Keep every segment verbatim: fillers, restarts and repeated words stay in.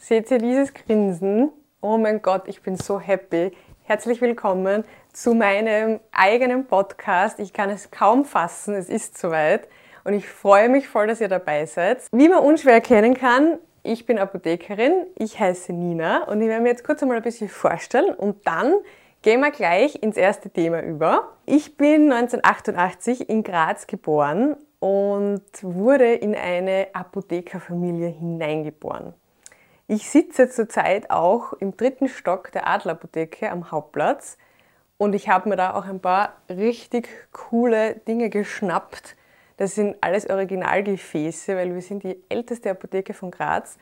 Seht ihr dieses Grinsen? Oh mein Gott, ich bin so happy. Herzlich willkommen zu meinem eigenen Podcast. Ich kann es kaum fassen, es ist soweit. Und ich freue mich voll, dass ihr dabei seid. Wie man unschwer erkennen kann, ich bin Apothekerin, ich heiße Nina und ich werde mir jetzt kurz einmal ein bisschen vorstellen und dann gehen wir gleich ins erste Thema über. Ich bin neunzehnhundertachtundachtzig in Graz geboren und wurde in eine Apothekerfamilie hineingeboren. Ich sitze zurzeit auch im dritten Stock der Adlerapotheke am Hauptplatz und ich habe mir da auch ein paar richtig coole Dinge geschnappt. Das sind alles Originalgefäße, weil wir sind die älteste Apotheke von Graz.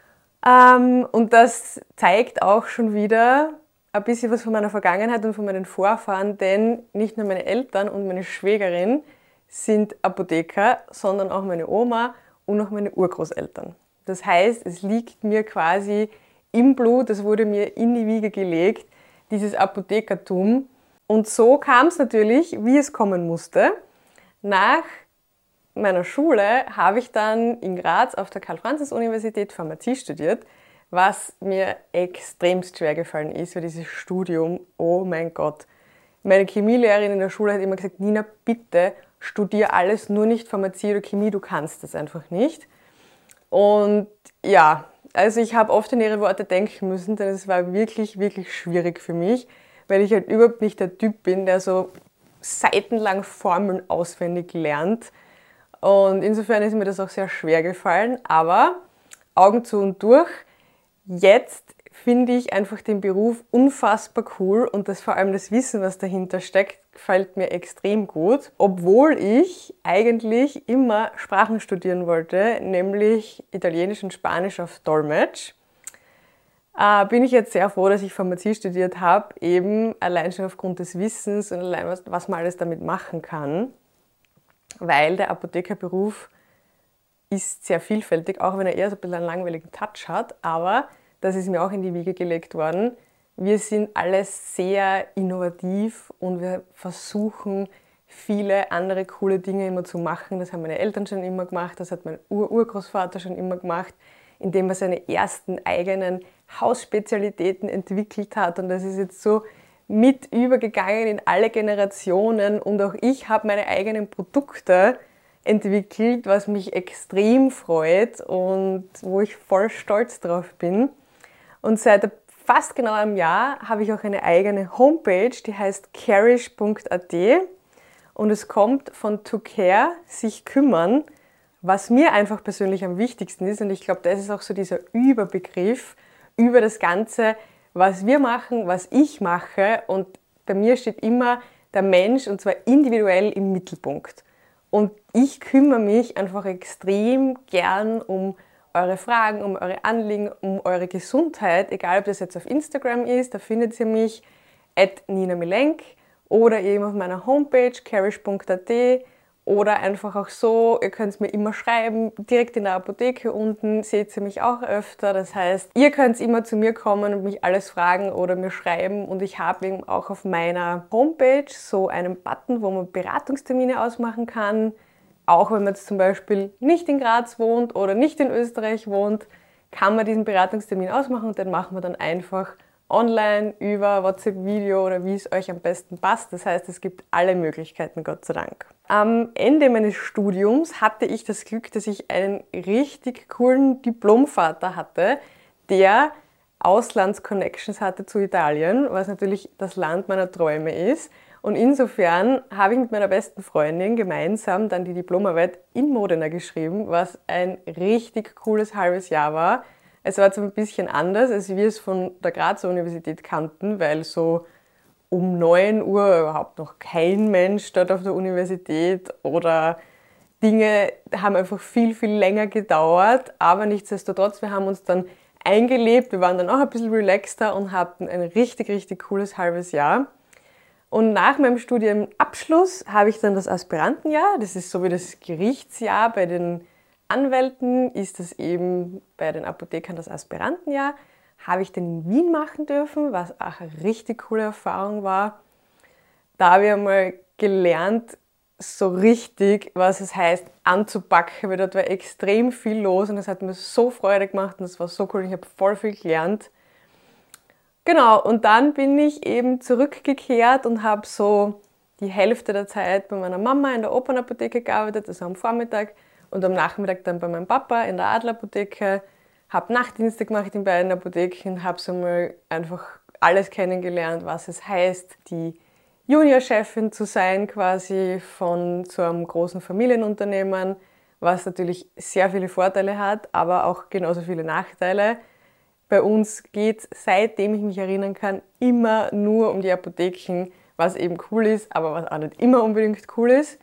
Und das zeigt auch schon wieder ein bisschen was von meiner Vergangenheit und von meinen Vorfahren, denn nicht nur meine Eltern und meine Schwägerin sind Apotheker, sondern auch meine Oma und auch meine Urgroßeltern. Das heißt, es liegt mir quasi im Blut, es wurde mir in die Wiege gelegt, dieses Apothekertum. Und so kam es natürlich, wie es kommen musste. Nach meiner Schule habe ich dann in Graz auf der Karl-Franzens-Universität Pharmazie studiert, was mir extremst schwer gefallen ist, für dieses Studium. Oh mein Gott. Meine Chemielehrerin in der Schule hat immer gesagt, Nina, bitte studier alles, nur nicht Pharmazie oder Chemie, du kannst das einfach nicht. Und ja, also ich habe oft in ihre Worte denken müssen, denn es war wirklich, wirklich schwierig für mich, weil ich halt überhaupt nicht der Typ bin, der so seitenlang Formeln auswendig lernt. Und insofern ist mir das auch sehr schwer gefallen, aber Augen zu und durch. Jetzt finde ich einfach den Beruf unfassbar cool und das vor allem das Wissen, was dahinter steckt, gefällt mir extrem gut. Obwohl ich eigentlich immer Sprachen studieren wollte, nämlich Italienisch und Spanisch auf Dolmetsch. Äh, bin ich jetzt sehr froh, dass ich Pharmazie studiert habe, eben allein schon aufgrund des Wissens und allein was, was man alles damit machen kann. Weil der Apothekerberuf ist sehr vielfältig, auch wenn er eher so ein bisschen einen langweiligen Touch hat, aber das ist mir auch in die Wiege gelegt worden. Wir sind alle sehr innovativ und wir versuchen, viele andere coole Dinge immer zu machen. Das haben meine Eltern schon immer gemacht, das hat mein Ur-Urgroßvater schon immer gemacht, indem er seine ersten eigenen Hausspezialitäten entwickelt hat. Und das ist jetzt so mit übergegangen in alle Generationen. Und auch ich habe meine eigenen Produkte entwickelt, was mich extrem freut und wo ich voll stolz drauf bin. Und seit fast genau einem Jahr habe ich auch eine eigene Homepage, die heißt carish punkt a t und es kommt von to care, sich kümmern, was mir einfach persönlich am wichtigsten ist und ich glaube, das ist auch so dieser Überbegriff über das Ganze, was wir machen, was ich mache und bei mir steht immer der Mensch und zwar individuell im Mittelpunkt. Und ich kümmere mich einfach extrem gern um eure Fragen, um eure Anliegen, um eure Gesundheit, egal ob das jetzt auf Instagram ist, da findet ihr mich at nina milenk oder eben auf meiner Homepage carish punkt a t oder einfach auch so, ihr könnt es mir immer schreiben, direkt in der Apotheke unten seht ihr mich auch öfter, das heißt, ihr könnt immer zu mir kommen und mich alles fragen oder mir schreiben und ich habe eben auch auf meiner Homepage so einen Button, wo man Beratungstermine ausmachen kann. Auch wenn man jetzt zum Beispiel nicht in Graz wohnt oder nicht in Österreich wohnt, kann man diesen Beratungstermin ausmachen und den machen wir dann einfach online über WhatsApp-Video oder wie es euch am besten passt. Das heißt, es gibt alle Möglichkeiten, Gott sei Dank. Am Ende meines Studiums hatte ich das Glück, dass ich einen richtig coolen Diplomvater hatte, der Auslandsconnections hatte zu Italien, was natürlich das Land meiner Träume ist. Und insofern habe ich mit meiner besten Freundin gemeinsam dann die Diplomarbeit in Modena geschrieben, was ein richtig cooles halbes Jahr war. Es war zwar ein bisschen anders, als wir es von der Grazer Universität kannten, weil so um neun Uhr überhaupt noch kein Mensch dort auf der Universität oder Dinge haben einfach viel, viel länger gedauert. Aber nichtsdestotrotz, wir haben uns dann eingelebt, wir waren dann auch ein bisschen relaxter und hatten ein richtig, richtig cooles halbes Jahr. Und nach meinem Studienabschluss habe ich dann das Aspirantenjahr, das ist so wie das Gerichtsjahr bei den Anwälten, ist das eben bei den Apothekern das Aspirantenjahr, habe ich dann in Wien machen dürfen, was auch eine richtig coole Erfahrung war. Da habe ich einmal gelernt, so richtig, was es heißt, anzupacken, weil dort war extrem viel los und es hat mir so Freude gemacht und es war so cool, ich habe voll viel gelernt. Genau, und dann bin ich eben zurückgekehrt und habe so die Hälfte der Zeit bei meiner Mama in der Opernapotheke gearbeitet, also am Vormittag, und am Nachmittag dann bei meinem Papa in der Adlerapotheke, habe Nachtdienste gemacht in beiden Apotheken, habe so mal einfach alles kennengelernt, was es heißt, die Juniorchefin zu sein quasi von so einem großen Familienunternehmen, was natürlich sehr viele Vorteile hat, aber auch genauso viele Nachteile. Bei uns geht es, seitdem ich mich erinnern kann, immer nur um die Apotheken, was eben cool ist, aber was auch nicht immer unbedingt cool ist.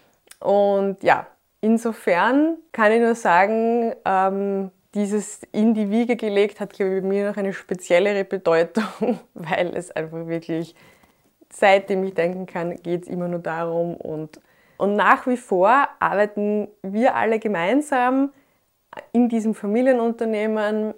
Und ja, insofern kann ich nur sagen, ähm, dieses in die Wiege gelegt hat, glaube ich, bei mir noch eine speziellere Bedeutung, weil es einfach wirklich, seitdem ich denken kann, geht es immer nur darum. Und, und nach wie vor arbeiten wir alle gemeinsam in diesem Familienunternehmen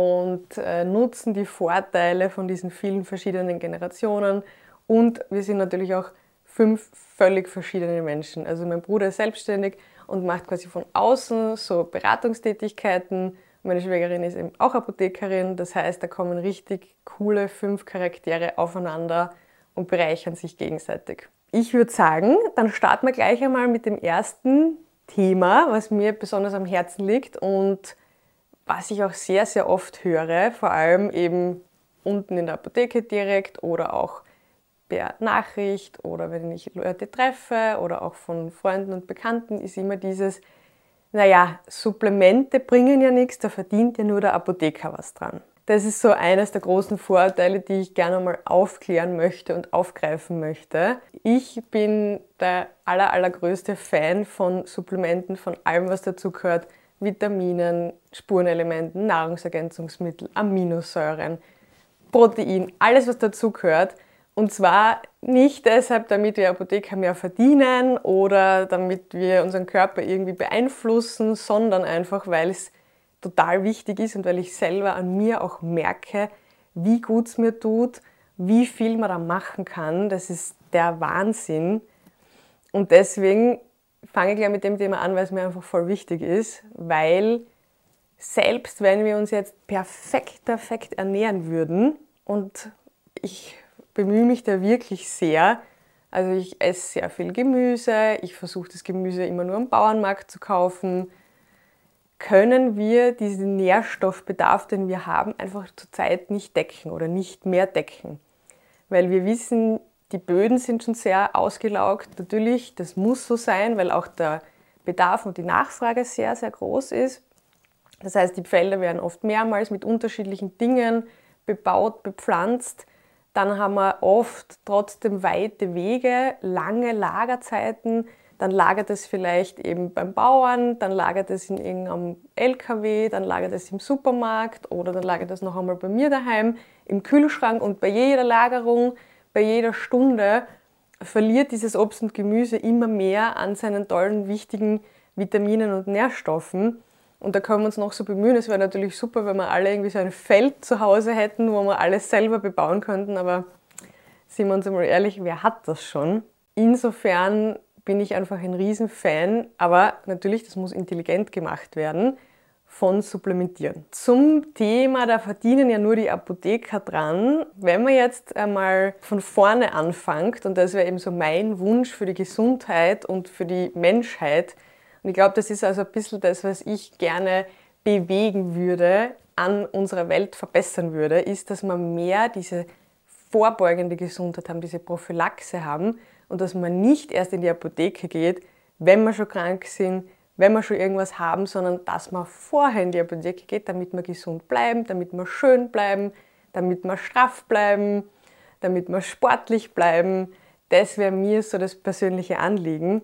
und äh, nutzen die Vorteile von diesen vielen verschiedenen Generationen. Und wir sind natürlich auch fünf völlig verschiedene Menschen. Also mein Bruder ist selbstständig und macht quasi von außen so Beratungstätigkeiten. Meine Schwägerin ist eben auch Apothekerin. Das heißt, da kommen richtig coole fünf Charaktere aufeinander und bereichern sich gegenseitig. Ich würde sagen, dann starten wir gleich einmal mit dem ersten Thema, was mir besonders am Herzen liegt und was ich auch sehr, sehr oft höre, vor allem eben unten in der Apotheke direkt oder auch per Nachricht oder wenn ich Leute treffe oder auch von Freunden und Bekannten, ist immer dieses, naja, Supplemente bringen ja nichts, da verdient ja nur der Apotheker was dran. Das ist so eines der großen Vorurteile, die ich gerne mal aufklären möchte und aufgreifen möchte. Ich bin der aller, allergrößte Fan von Supplementen, von allem, was dazu gehört. Vitaminen, Spurenelementen, Nahrungsergänzungsmittel, Aminosäuren, Protein, alles, was dazu gehört. Und zwar nicht deshalb, damit wir Apotheker mehr verdienen oder damit wir unseren Körper irgendwie beeinflussen, sondern einfach, weil es total wichtig ist und weil ich selber an mir auch merke, wie gut es mir tut, wie viel man da machen kann. Das ist der Wahnsinn. Und deswegen fange ich gleich mit dem Thema an, weil es mir einfach voll wichtig ist, weil selbst wenn wir uns jetzt perfekt, perfekt ernähren würden und ich bemühe mich da wirklich sehr, also ich esse sehr viel Gemüse, ich versuche das Gemüse immer nur am Bauernmarkt zu kaufen, können wir diesen Nährstoffbedarf, den wir haben, einfach zurzeit nicht decken oder nicht mehr decken. Weil wir wissen, die Böden sind schon sehr ausgelaugt. Natürlich, das muss so sein, weil auch der Bedarf und die Nachfrage sehr, sehr groß ist. Das heißt, die Felder werden oft mehrmals mit unterschiedlichen Dingen bebaut, bepflanzt. Dann haben wir oft trotzdem weite Wege, lange Lagerzeiten. Dann lagert es vielleicht eben beim Bauern, dann lagert es in irgendeinem L K W, dann lagert es im Supermarkt oder dann lagert es noch einmal bei mir daheim im Kühlschrank. Und bei jeder Lagerung, bei jeder Stunde verliert dieses Obst und Gemüse immer mehr an seinen tollen, wichtigen Vitaminen und Nährstoffen. Und da können wir uns noch so bemühen. Es wäre natürlich super, wenn wir alle irgendwie so ein Feld zu Hause hätten, wo wir alles selber bebauen könnten. Aber sind wir uns einmal ehrlich, wer hat das schon? Insofern bin ich einfach ein Riesenfan, aber natürlich, das muss intelligent gemacht werden, von Supplementieren. Zum Thema, da verdienen ja nur die Apotheker dran. Wenn man jetzt einmal von vorne anfängt, und das wäre eben so mein Wunsch für die Gesundheit und für die Menschheit, und ich glaube, das ist also ein bisschen das, was ich gerne bewegen würde, an unserer Welt verbessern würde, ist, dass wir mehr diese vorbeugende Gesundheit haben, diese Prophylaxe haben und dass man nicht erst in die Apotheke geht, wenn wir schon krank sind, wenn wir schon irgendwas haben, sondern dass man vorher in die Apotheke geht, damit wir gesund bleiben, damit wir schön bleiben, damit wir straff bleiben, damit wir sportlich bleiben. Das wäre mir so das persönliche Anliegen.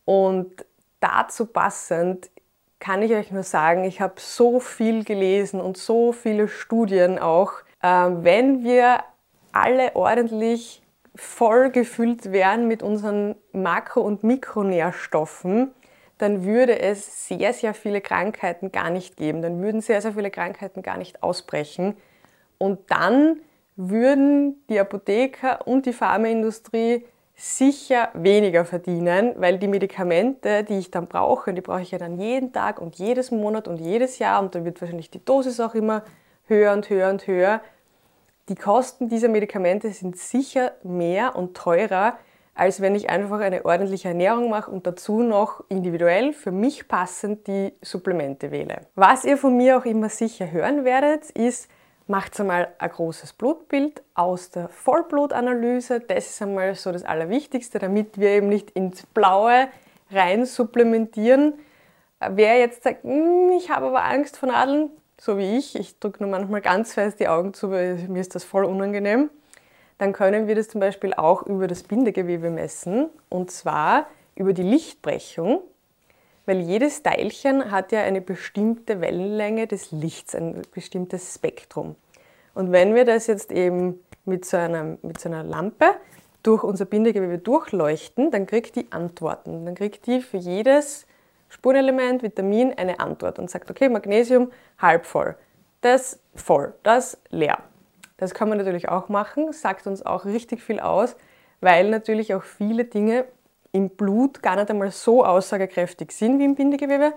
Und dazu passend kann ich euch nur sagen, ich habe so viel gelesen und so viele Studien auch. Wenn wir alle ordentlich voll gefüllt wären mit unseren Makro- und Mikronährstoffen, dann würde es sehr, sehr viele Krankheiten gar nicht geben. Dann würden sehr, sehr viele Krankheiten gar nicht ausbrechen. Und dann würden die Apotheker und die Pharmaindustrie sicher weniger verdienen, weil die Medikamente, die ich dann brauche, die brauche ich ja dann jeden Tag und jedes Monat und jedes Jahr und dann wird wahrscheinlich die Dosis auch immer höher und höher und höher. Die Kosten dieser Medikamente sind sicher mehr und teurer, als wenn ich einfach eine ordentliche Ernährung mache und dazu noch individuell für mich passend die Supplemente wähle. Was ihr von mir auch immer sicher hören werdet, ist, macht einmal ein großes Blutbild aus der Vollblutanalyse. Das ist einmal so das Allerwichtigste, damit wir eben nicht ins Blaue rein supplementieren. Wer jetzt sagt, ich habe aber Angst vor Nadeln, so wie ich, ich drücke nur manchmal ganz fest die Augen zu, weil mir ist das voll unangenehm, dann können wir das zum Beispiel auch über das Bindegewebe messen, und zwar über die Lichtbrechung, weil jedes Teilchen hat ja eine bestimmte Wellenlänge des Lichts, ein bestimmtes Spektrum. Und wenn wir das jetzt eben mit so einer, mit so einer Lampe durch unser Bindegewebe durchleuchten, dann kriegt die Antworten. Dann kriegt die für jedes Spurenelement, Vitamin eine Antwort und sagt, okay, Magnesium halb voll, das voll, das leer. Das kann man natürlich auch machen, sagt uns auch richtig viel aus, weil natürlich auch viele Dinge im Blut gar nicht einmal so aussagekräftig sind wie im Bindegewebe.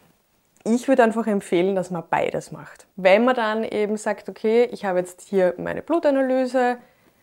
Ich würde einfach empfehlen, dass man beides macht. Wenn man dann eben sagt, okay, ich habe jetzt hier meine Blutanalyse,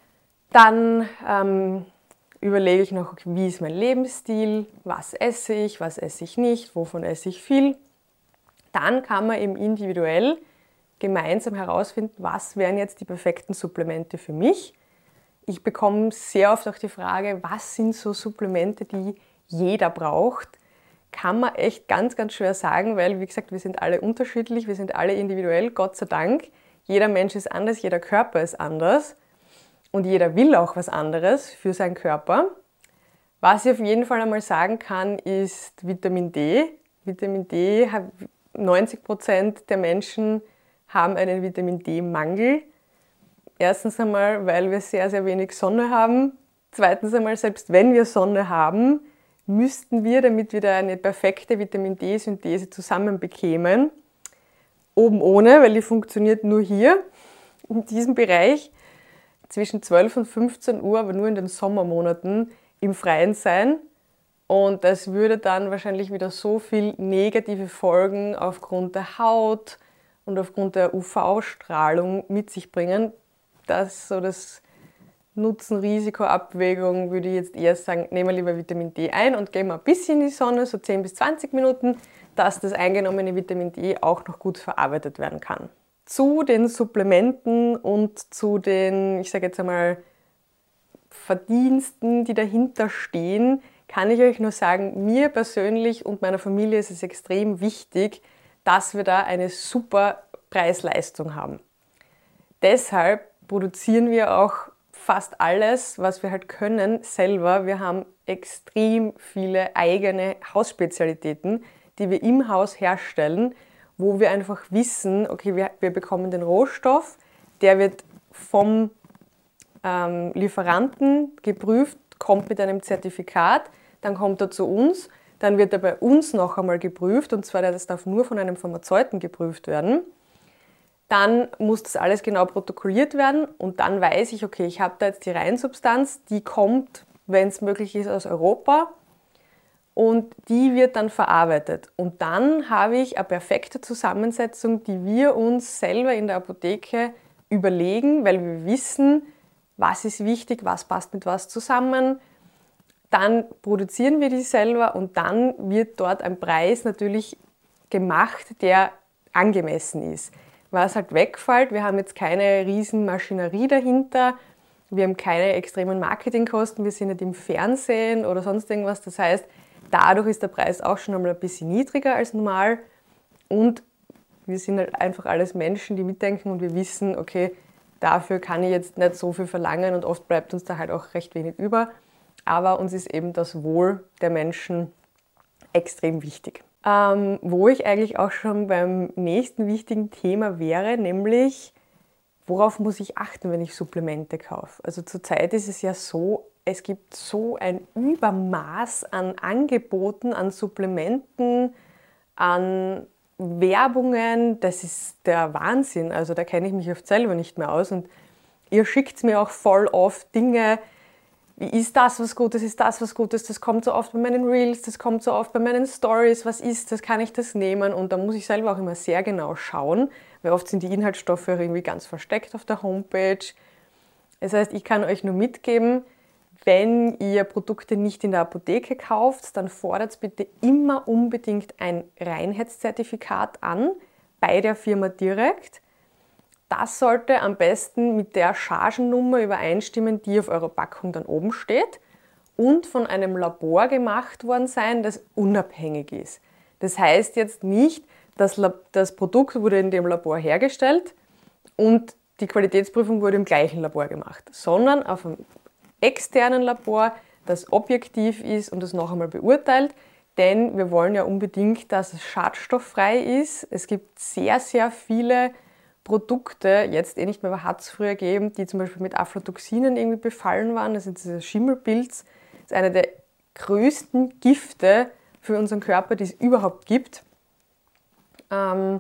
dann ähm, überlege ich noch, okay, wie ist mein Lebensstil, was esse ich, was esse ich nicht, wovon esse ich viel. Dann kann man eben individuell gemeinsam herausfinden, was wären jetzt die perfekten Supplemente für mich. Ich bekomme sehr oft auch die Frage, was sind so Supplemente, die jeder braucht. Kann man echt ganz, ganz schwer sagen, weil, wie gesagt, wir sind alle unterschiedlich, wir sind alle individuell, Gott sei Dank. Jeder Mensch ist anders, jeder Körper ist anders und jeder will auch was anderes für seinen Körper. Was ich auf jeden Fall einmal sagen kann, ist Vitamin D. Vitamin D, neunzig Prozent der Menschen haben einen Vitamin D-Mangel. Erstens einmal, weil wir sehr, sehr wenig Sonne haben. Zweitens einmal, selbst wenn wir Sonne haben, müssten wir, damit wir da eine perfekte Vitamin D-Synthese zusammenbekämen, oben ohne, weil die funktioniert nur hier, in diesem Bereich, zwischen zwölf und fünfzehn Uhr, aber nur in den Sommermonaten, im Freien sein. Und das würde dann wahrscheinlich wieder so viel negative Folgen aufgrund der Haut und aufgrund der U V-Strahlung mit sich bringen, dass so das Nutzen-Risiko-Abwägung würde ich jetzt eher sagen, nehmen wir lieber Vitamin D ein und gehen wir ein bisschen in die Sonne, so zehn bis zwanzig Minuten, dass das eingenommene Vitamin D auch noch gut verarbeitet werden kann. Zu den Supplementen und zu den, ich sage jetzt einmal, Verdiensten, die dahinter stehen, kann ich euch nur sagen, mir persönlich und meiner Familie ist es extrem wichtig, dass wir da eine super Preis-Leistung haben. Deshalb produzieren wir auch fast alles, was wir halt können, selber. Wir haben extrem viele eigene Hausspezialitäten, die wir im Haus herstellen, wo wir einfach wissen, okay, wir, wir bekommen den Rohstoff, der wird vom ähm, Lieferanten geprüft, kommt mit einem Zertifikat, dann kommt er zu uns, dann wird er bei uns noch einmal geprüft, und zwar das darf nur von einem Pharmazeuten geprüft werden. Dann muss das alles genau protokolliert werden und dann weiß ich, okay, ich habe da jetzt die Reinsubstanz, die kommt, wenn es möglich ist, aus Europa und die wird dann verarbeitet. Und dann habe ich eine perfekte Zusammensetzung, die wir uns selber in der Apotheke überlegen, weil wir wissen, was ist wichtig, was passt mit was zusammen. Dann produzieren wir die selber und dann wird dort ein Preis natürlich gemacht, der angemessen ist. Was halt wegfällt, wir haben jetzt keine riesen Maschinerie dahinter, wir haben keine extremen Marketingkosten, wir sind nicht im Fernsehen oder sonst irgendwas. Das heißt, dadurch ist der Preis auch schon einmal ein bisschen niedriger als normal und wir sind halt einfach alles Menschen, die mitdenken und wir wissen, okay, dafür kann ich jetzt nicht so viel verlangen und oft bleibt uns da halt auch recht wenig über. Aber uns ist eben das Wohl der Menschen extrem wichtig. Ähm, wo ich eigentlich auch schon beim nächsten wichtigen Thema wäre, nämlich worauf muss ich achten, wenn ich Supplemente kaufe? Also zurzeit ist es ja so, es gibt so ein Übermaß an Angeboten, an Supplementen, an Werbungen, das ist der Wahnsinn. Also da kenne ich mich oft selber nicht mehr aus und ihr schickt mir auch voll oft Dinge, wie ist das was Gutes, ist das was Gutes, das kommt so oft bei meinen Reels, das kommt so oft bei meinen Stories, was ist das, kann ich das nehmen? Und da muss ich selber auch immer sehr genau schauen, weil oft sind die Inhaltsstoffe irgendwie ganz versteckt auf der Homepage. Das heißt, ich kann euch nur mitgeben, wenn ihr Produkte nicht in der Apotheke kauft, dann fordert bitte immer unbedingt ein Reinheitszertifikat an, bei der Firma direkt. Das sollte am besten mit der Chargennummer übereinstimmen, die auf eurer Packung dann oben steht und von einem Labor gemacht worden sein, das unabhängig ist. Das heißt jetzt nicht, dass das Produkt wurde in dem Labor hergestellt und die Qualitätsprüfung wurde im gleichen Labor gemacht, sondern auf einem externen Labor, das objektiv ist und das noch einmal beurteilt, denn wir wollen ja unbedingt, dass es schadstofffrei ist. Es gibt sehr, sehr viele Produkte, jetzt eh nicht mehr, aber hat es früher gegeben, die zum Beispiel mit Aflatoxinen irgendwie befallen waren. Das ist dieser Schimmelpilz. Das ist einer der größten Gifte für unseren Körper, die es überhaupt gibt. Ähm,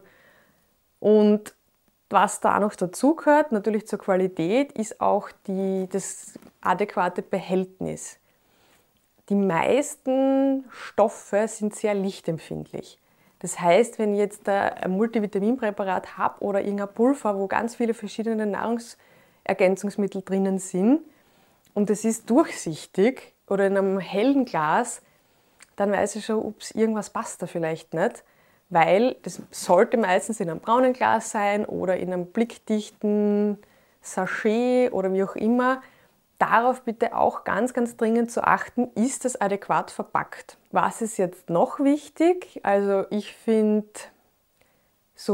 und was da noch dazu gehört, natürlich zur Qualität, ist auch die, das adäquate Behältnis. Die meisten Stoffe sind sehr lichtempfindlich. Das heißt, wenn ich jetzt ein Multivitaminpräparat habe oder irgendein Pulver, wo ganz viele verschiedene Nahrungsergänzungsmittel drinnen sind und es ist durchsichtig oder in einem hellen Glas, dann weiß ich schon, ups, irgendwas passt da vielleicht nicht, weil das sollte meistens in einem braunen Glas sein oder in einem blickdichten Sachet oder wie auch immer. Darauf bitte auch ganz, ganz dringend zu achten, ist das adäquat verpackt. Was ist jetzt noch wichtig? Also ich finde so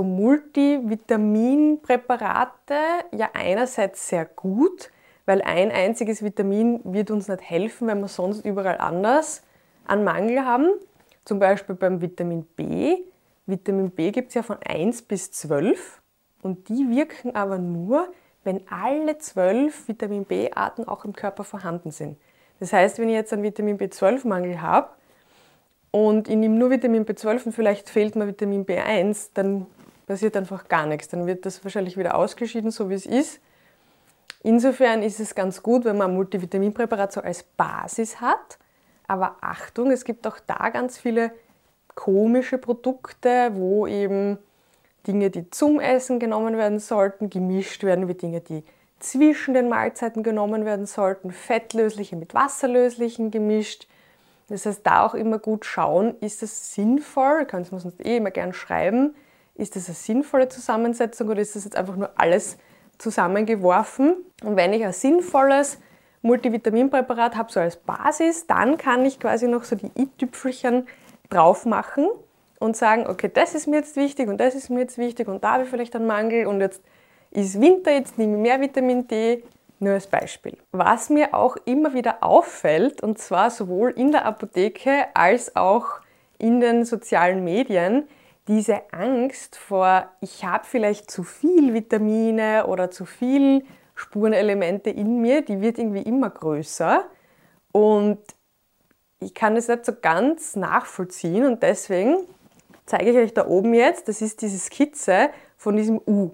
Multivitaminpräparate ja einerseits sehr gut, weil ein einziges Vitamin wird uns nicht helfen, wenn wir sonst überall anders einen Mangel haben. Zum Beispiel beim Vitamin B. Vitamin B gibt es ja von eins bis zwölf und die wirken aber nur, wenn alle zwölf Vitamin B-Arten auch im Körper vorhanden sind. Das heißt, wenn ich jetzt einen Vitamin B zwölf Mangel habe und ich nehme nur Vitamin B zwölf und vielleicht fehlt mir Vitamin B eins, dann passiert einfach gar nichts. Dann wird das wahrscheinlich wieder ausgeschieden, so wie es ist. Insofern ist es ganz gut, wenn man ein Multivitaminpräparat so als Basis hat. Aber Achtung, es gibt auch da ganz viele komische Produkte, wo eben Dinge, die zum Essen genommen werden sollten, gemischt werden wie Dinge, die zwischen den Mahlzeiten genommen werden sollten, fettlösliche mit wasserlöslichen gemischt. Das heißt, da auch immer gut schauen, ist das sinnvoll, kannst du uns eh immer gern schreiben, ist das eine sinnvolle Zusammensetzung oder ist das jetzt einfach nur alles zusammengeworfen? Und wenn ich ein sinnvolles Multivitaminpräparat habe, so als Basis, dann kann ich quasi noch so die i-Tüpfelchen drauf machen und sagen, okay, das ist mir jetzt wichtig und das ist mir jetzt wichtig und da habe ich vielleicht einen Mangel und jetzt ist Winter, jetzt nehme ich mehr Vitamin D, nur als Beispiel. Was mir auch immer wieder auffällt, und zwar sowohl in der Apotheke als auch in den sozialen Medien, diese Angst vor, ich habe vielleicht zu viel Vitamine oder zu viel Spurenelemente in mir, die wird irgendwie immer größer und ich kann das nicht so ganz nachvollziehen und deswegen zeige ich euch da oben jetzt, das ist diese Skizze von diesem U.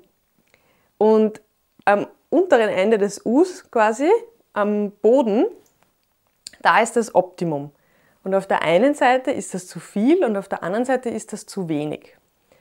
Und am unteren Ende des Us quasi, am Boden, da ist das Optimum. Und auf der einen Seite ist das zu viel und auf der anderen Seite ist das zu wenig.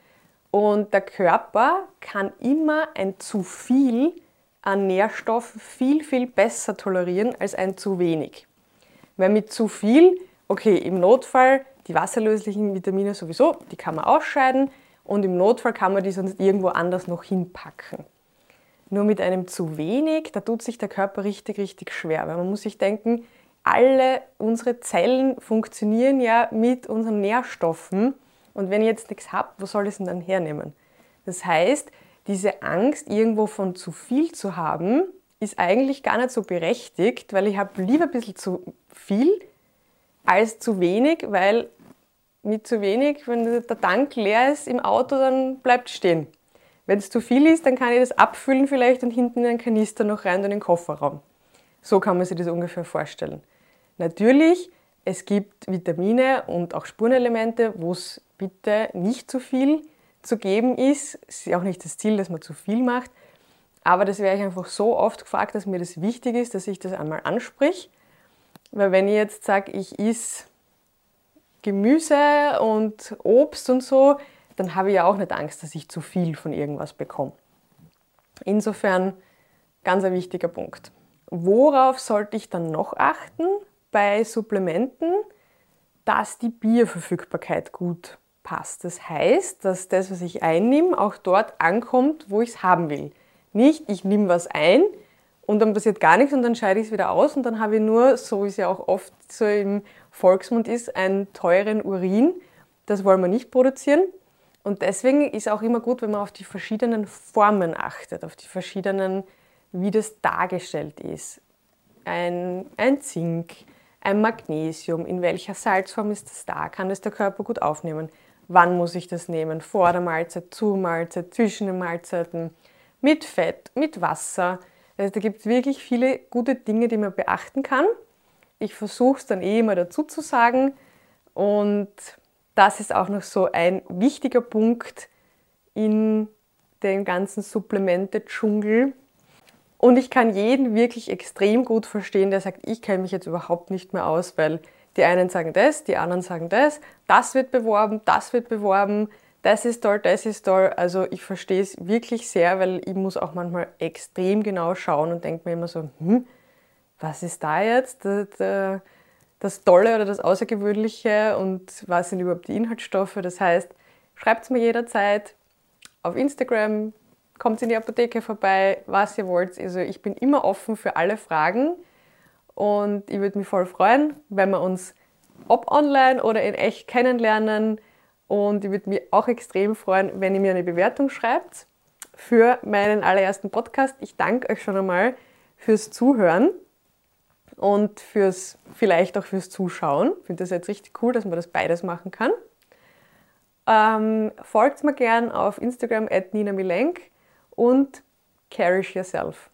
Und der Körper kann immer ein zu viel an Nährstoffen viel, viel besser tolerieren als ein zu wenig. Weil mit zu viel, okay, im Notfall die wasserlöslichen Vitamine sowieso, die kann man ausscheiden und im Notfall kann man die sonst irgendwo anders noch hinpacken. Nur mit einem zu wenig, da tut sich der Körper richtig, richtig schwer, weil man muss sich denken, alle unsere Zellen funktionieren ja mit unseren Nährstoffen und wenn ich jetzt nichts habe, wo soll ich es denn dann hernehmen? Das heißt, diese Angst, irgendwo von zu viel zu haben, ist eigentlich gar nicht so berechtigt, weil ich habe lieber ein bisschen zu viel als zu wenig, weil mit zu wenig, wenn der Tank leer ist im Auto, dann bleibt es stehen. Wenn es zu viel ist, dann kann ich das abfüllen vielleicht und hinten in einen Kanister noch rein und in den Kofferraum. So kann man sich das ungefähr vorstellen. Natürlich, es gibt Vitamine und auch Spurenelemente, wo es bitte nicht zu viel zu geben ist. Es ist auch nicht das Ziel, dass man zu viel macht. Aber das werde ich einfach so oft gefragt, dass mir das wichtig ist, dass ich das einmal ansprich. Weil wenn ich jetzt sage, ich esse Gemüse und Obst und so, dann habe ich ja auch nicht Angst, dass ich zu viel von irgendwas bekomme. Insofern ganz ein wichtiger Punkt. Worauf sollte ich dann noch achten bei Supplementen? Dass die Bioverfügbarkeit gut passt. Das heißt, dass das, was ich einnehme, auch dort ankommt, wo ich es haben will. Nicht, ich nehme was ein und dann passiert gar nichts und dann scheide ich es wieder aus und dann habe ich nur, so wie es ja auch oft so im Volksmund ist, einen teuren Urin. Das wollen wir nicht produzieren. Und deswegen ist auch immer gut, wenn man auf die verschiedenen Formen achtet, auf die verschiedenen, wie das dargestellt ist. Ein, ein Zink, ein Magnesium, in welcher Salzform ist das da? Kann es der Körper gut aufnehmen? Wann muss ich das nehmen? Vor der Mahlzeit, zur Mahlzeit, zwischen den Mahlzeiten, mit Fett, mit Wasser. Also da gibt es wirklich viele gute Dinge, die man beachten kann. Ich versuche es dann eh immer dazu zu sagen. Und das ist auch noch so ein wichtiger Punkt in dem ganzen Supplemente-Dschungel. Und ich kann jeden wirklich extrem gut verstehen, der sagt, ich kenne mich jetzt überhaupt nicht mehr aus, weil die einen sagen das, die anderen sagen das, das wird beworben, das wird beworben, das ist toll, das ist toll. Also ich verstehe es wirklich sehr, weil ich muss auch manchmal extrem genau schauen und denke mir immer so, hm, was ist da jetzt das, das Tolle oder das Außergewöhnliche und was sind überhaupt die Inhaltsstoffe? Das heißt, schreibt es mir jederzeit auf Instagram, kommt in die Apotheke vorbei, was ihr wollt. Also ich bin immer offen für alle Fragen und ich würde mich voll freuen, wenn wir uns ob online oder in echt kennenlernen. Und ich würde mich auch extrem freuen, wenn ihr mir eine Bewertung schreibt für meinen allerersten Podcast. Ich danke euch schon einmal fürs Zuhören und fürs, vielleicht auch fürs Zuschauen. Ich finde das jetzt richtig cool, dass man das beides machen kann. Ähm, folgt mir gern auf Instagram at nina milenk und cherish yourself.